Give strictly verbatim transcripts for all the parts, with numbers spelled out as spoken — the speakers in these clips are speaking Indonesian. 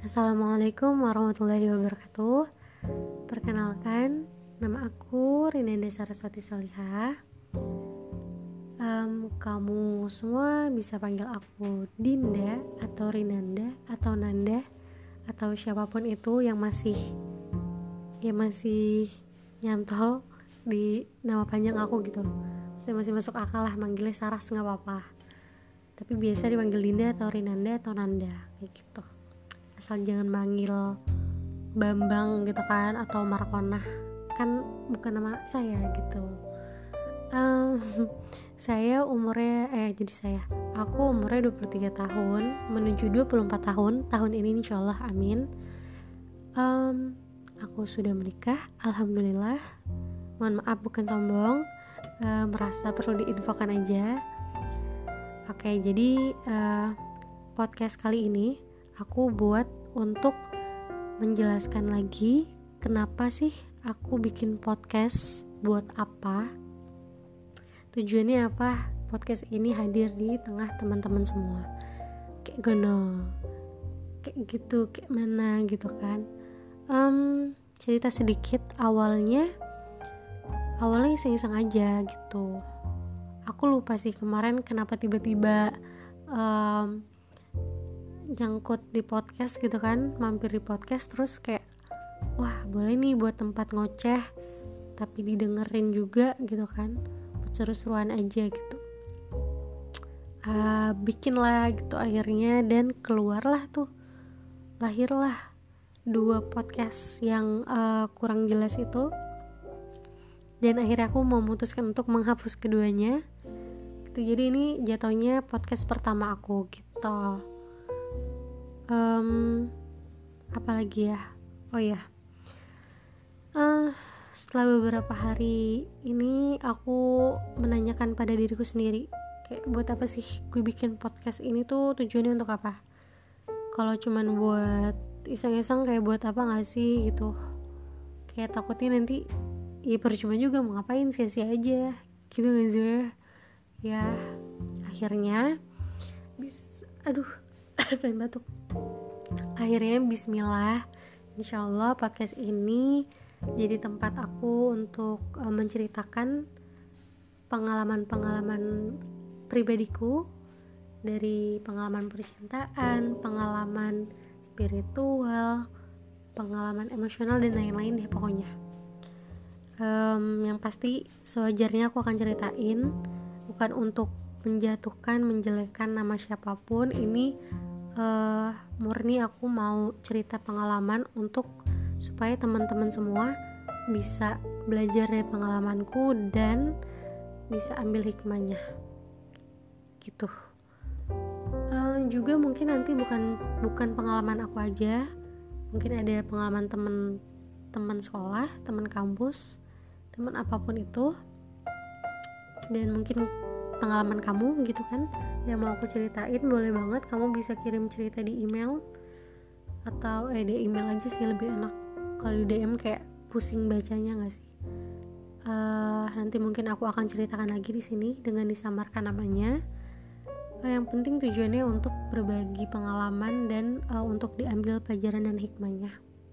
Assalamualaikum warahmatullahi wabarakatuh. Perkenalkan, nama aku Rinanda Saraswati Solihah. um, Kamu semua bisa panggil aku Dinda atau Rinanda atau Nanda atau siapapun itu yang masih yang masih nyantol di nama panjang aku gitu. Saya masih masuk akal lah manggilnya Saras, nggak apa-apa. Tapi biasa dipanggil Dinda atau Rinanda atau Nanda kayak gitu. Asal jangan manggil Bambang gitu kan, atau Markonah, kan bukan nama saya gitu. um, Saya umurnya eh jadi saya aku umurnya dua puluh tiga tahun menuju dua puluh empat tahun tahun ini insyaallah, amin. um, Aku sudah menikah, alhamdulillah. Mohon maaf bukan sombong, uh, merasa perlu diinfokan aja. Oke, jadi uh, podcast kali ini aku buat untuk menjelaskan lagi kenapa sih aku bikin podcast, buat apa, tujuannya apa podcast ini hadir di tengah teman-teman semua. Kayak gono, kayak gitu, kayak mana gitu kan. um, Cerita sedikit, awalnya Awalnya iseng-iseng aja gitu. Aku lupa sih kemarin kenapa tiba-tiba um, nyangkut di podcast gitu kan, mampir di podcast terus kayak wah boleh nih buat tempat ngoceh tapi didengerin juga gitu kan, buat seru-seruan aja gitu. Uh, bikin lah gitu akhirnya, dan keluarlah tuh, lahirlah dua podcast yang uh, kurang jelas itu, dan akhirnya aku memutuskan untuk menghapus keduanya gitu. Jadi ini jatuhnya podcast pertama aku gitu. Um, apalagi ya, oh ya, uh, setelah beberapa hari ini aku menanyakan pada diriku sendiri, kayak buat apa sih gue bikin podcast ini tuh, tujuannya untuk apa? Kalau cuman buat iseng-iseng kayak buat apa nggak sih gitu? Kayak takutnya nanti ya percuma juga, mau ngapain, sia-sia aja gitu nggak sih? Ya akhirnya bis, aduh pengen batuk. Akhirnya bismillah, insyaallah podcast ini jadi tempat aku untuk uh, menceritakan pengalaman-pengalaman pribadiku, dari pengalaman percintaan, pengalaman spiritual, pengalaman emosional, dan lain-lain deh pokoknya. Um, yang pasti sewajarnya aku akan ceritain, bukan untuk menjatuhkan, menjelekkan nama siapapun. Ini uh, murni aku mau cerita pengalaman untuk supaya teman-teman semua bisa belajar dari pengalamanku dan bisa ambil hikmahnya gitu. Uh, juga mungkin nanti bukan bukan pengalaman aku aja, mungkin ada pengalaman teman-teman sekolah, teman kampus, teman apapun itu, dan mungkin pengalaman kamu gitu kan yang mau aku ceritain. Boleh banget, kamu bisa kirim cerita di email atau eh di email aja sih lebih enak. Kalau di D M kayak pusing bacanya nggak sih? Uh, nanti mungkin aku akan ceritakan lagi di sini dengan disamarkan namanya. Uh, yang penting tujuannya untuk berbagi pengalaman dan uh, untuk diambil pelajaran dan hikmahnya.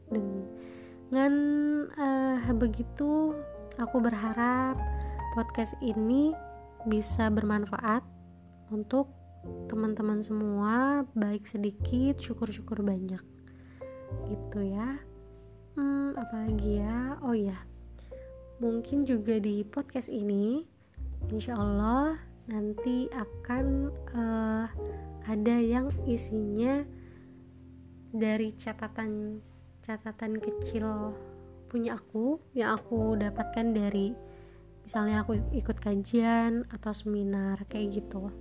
Dengan uh, begitu, aku berharap podcast ini bisa bermanfaat untuk teman-teman semua, baik sedikit, syukur-syukur banyak gitu ya. Hmm, apalagi ya, oh ya, mungkin juga di podcast ini insyaallah nanti akan uh, ada yang isinya dari catatan catatan kecil punya aku yang aku dapatkan dari misalnya aku ikut kajian atau seminar kayak gitu.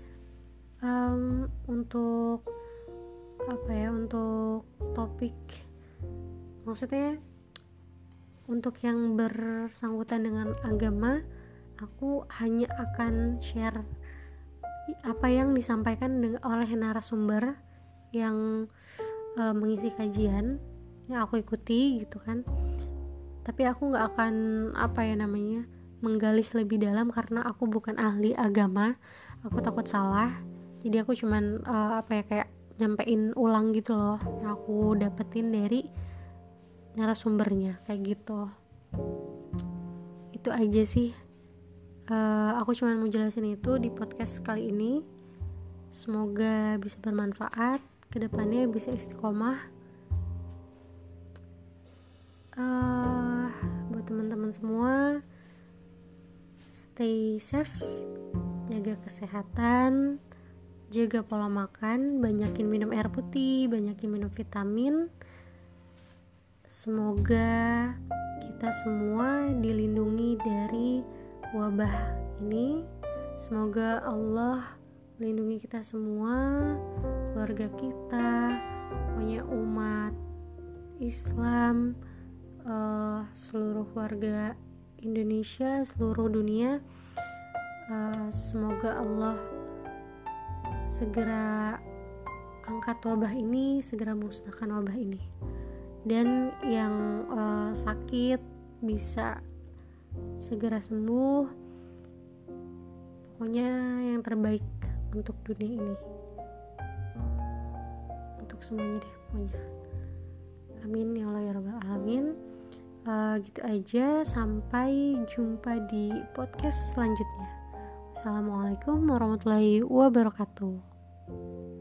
Um, untuk apa ya, untuk topik, maksudnya untuk yang bersangkutan dengan agama, aku hanya akan share apa yang disampaikan oleh narasumber yang uh, mengisi kajian yang aku ikuti gitu kan. Tapi aku nggak akan apa ya namanya menggali lebih dalam karena aku bukan ahli agama, aku takut salah. Jadi aku cuman uh, apa ya kayak nyampein ulang gitu loh yang aku dapetin dari narasumbernya kayak gitu. Itu aja sih, uh, aku cuma mau jelasin itu di podcast kali ini. Semoga bisa bermanfaat, kedepannya bisa istiqomah. uh, buat teman-teman semua, stay safe, jaga kesehatan, jaga pola makan, banyakin minum air putih, banyakin minum vitamin. Semoga kita semua dilindungi dari wabah ini. Semoga Allah melindungi kita semua, keluarga kita, pokoknya umat Islam, uh, seluruh warga Indonesia, seluruh dunia. Uh, semoga Allah segera angkat wabah ini, segera musnahkan wabah ini, dan yang uh, sakit bisa segera sembuh. Pokoknya yang terbaik untuk dunia ini, untuk semuanya deh pokoknya. Amin ya Allah ya Rabbal Alamin. Uh, gitu aja, sampai jumpa di podcast selanjutnya. Assalamualaikum warahmatullahi wabarakatuh.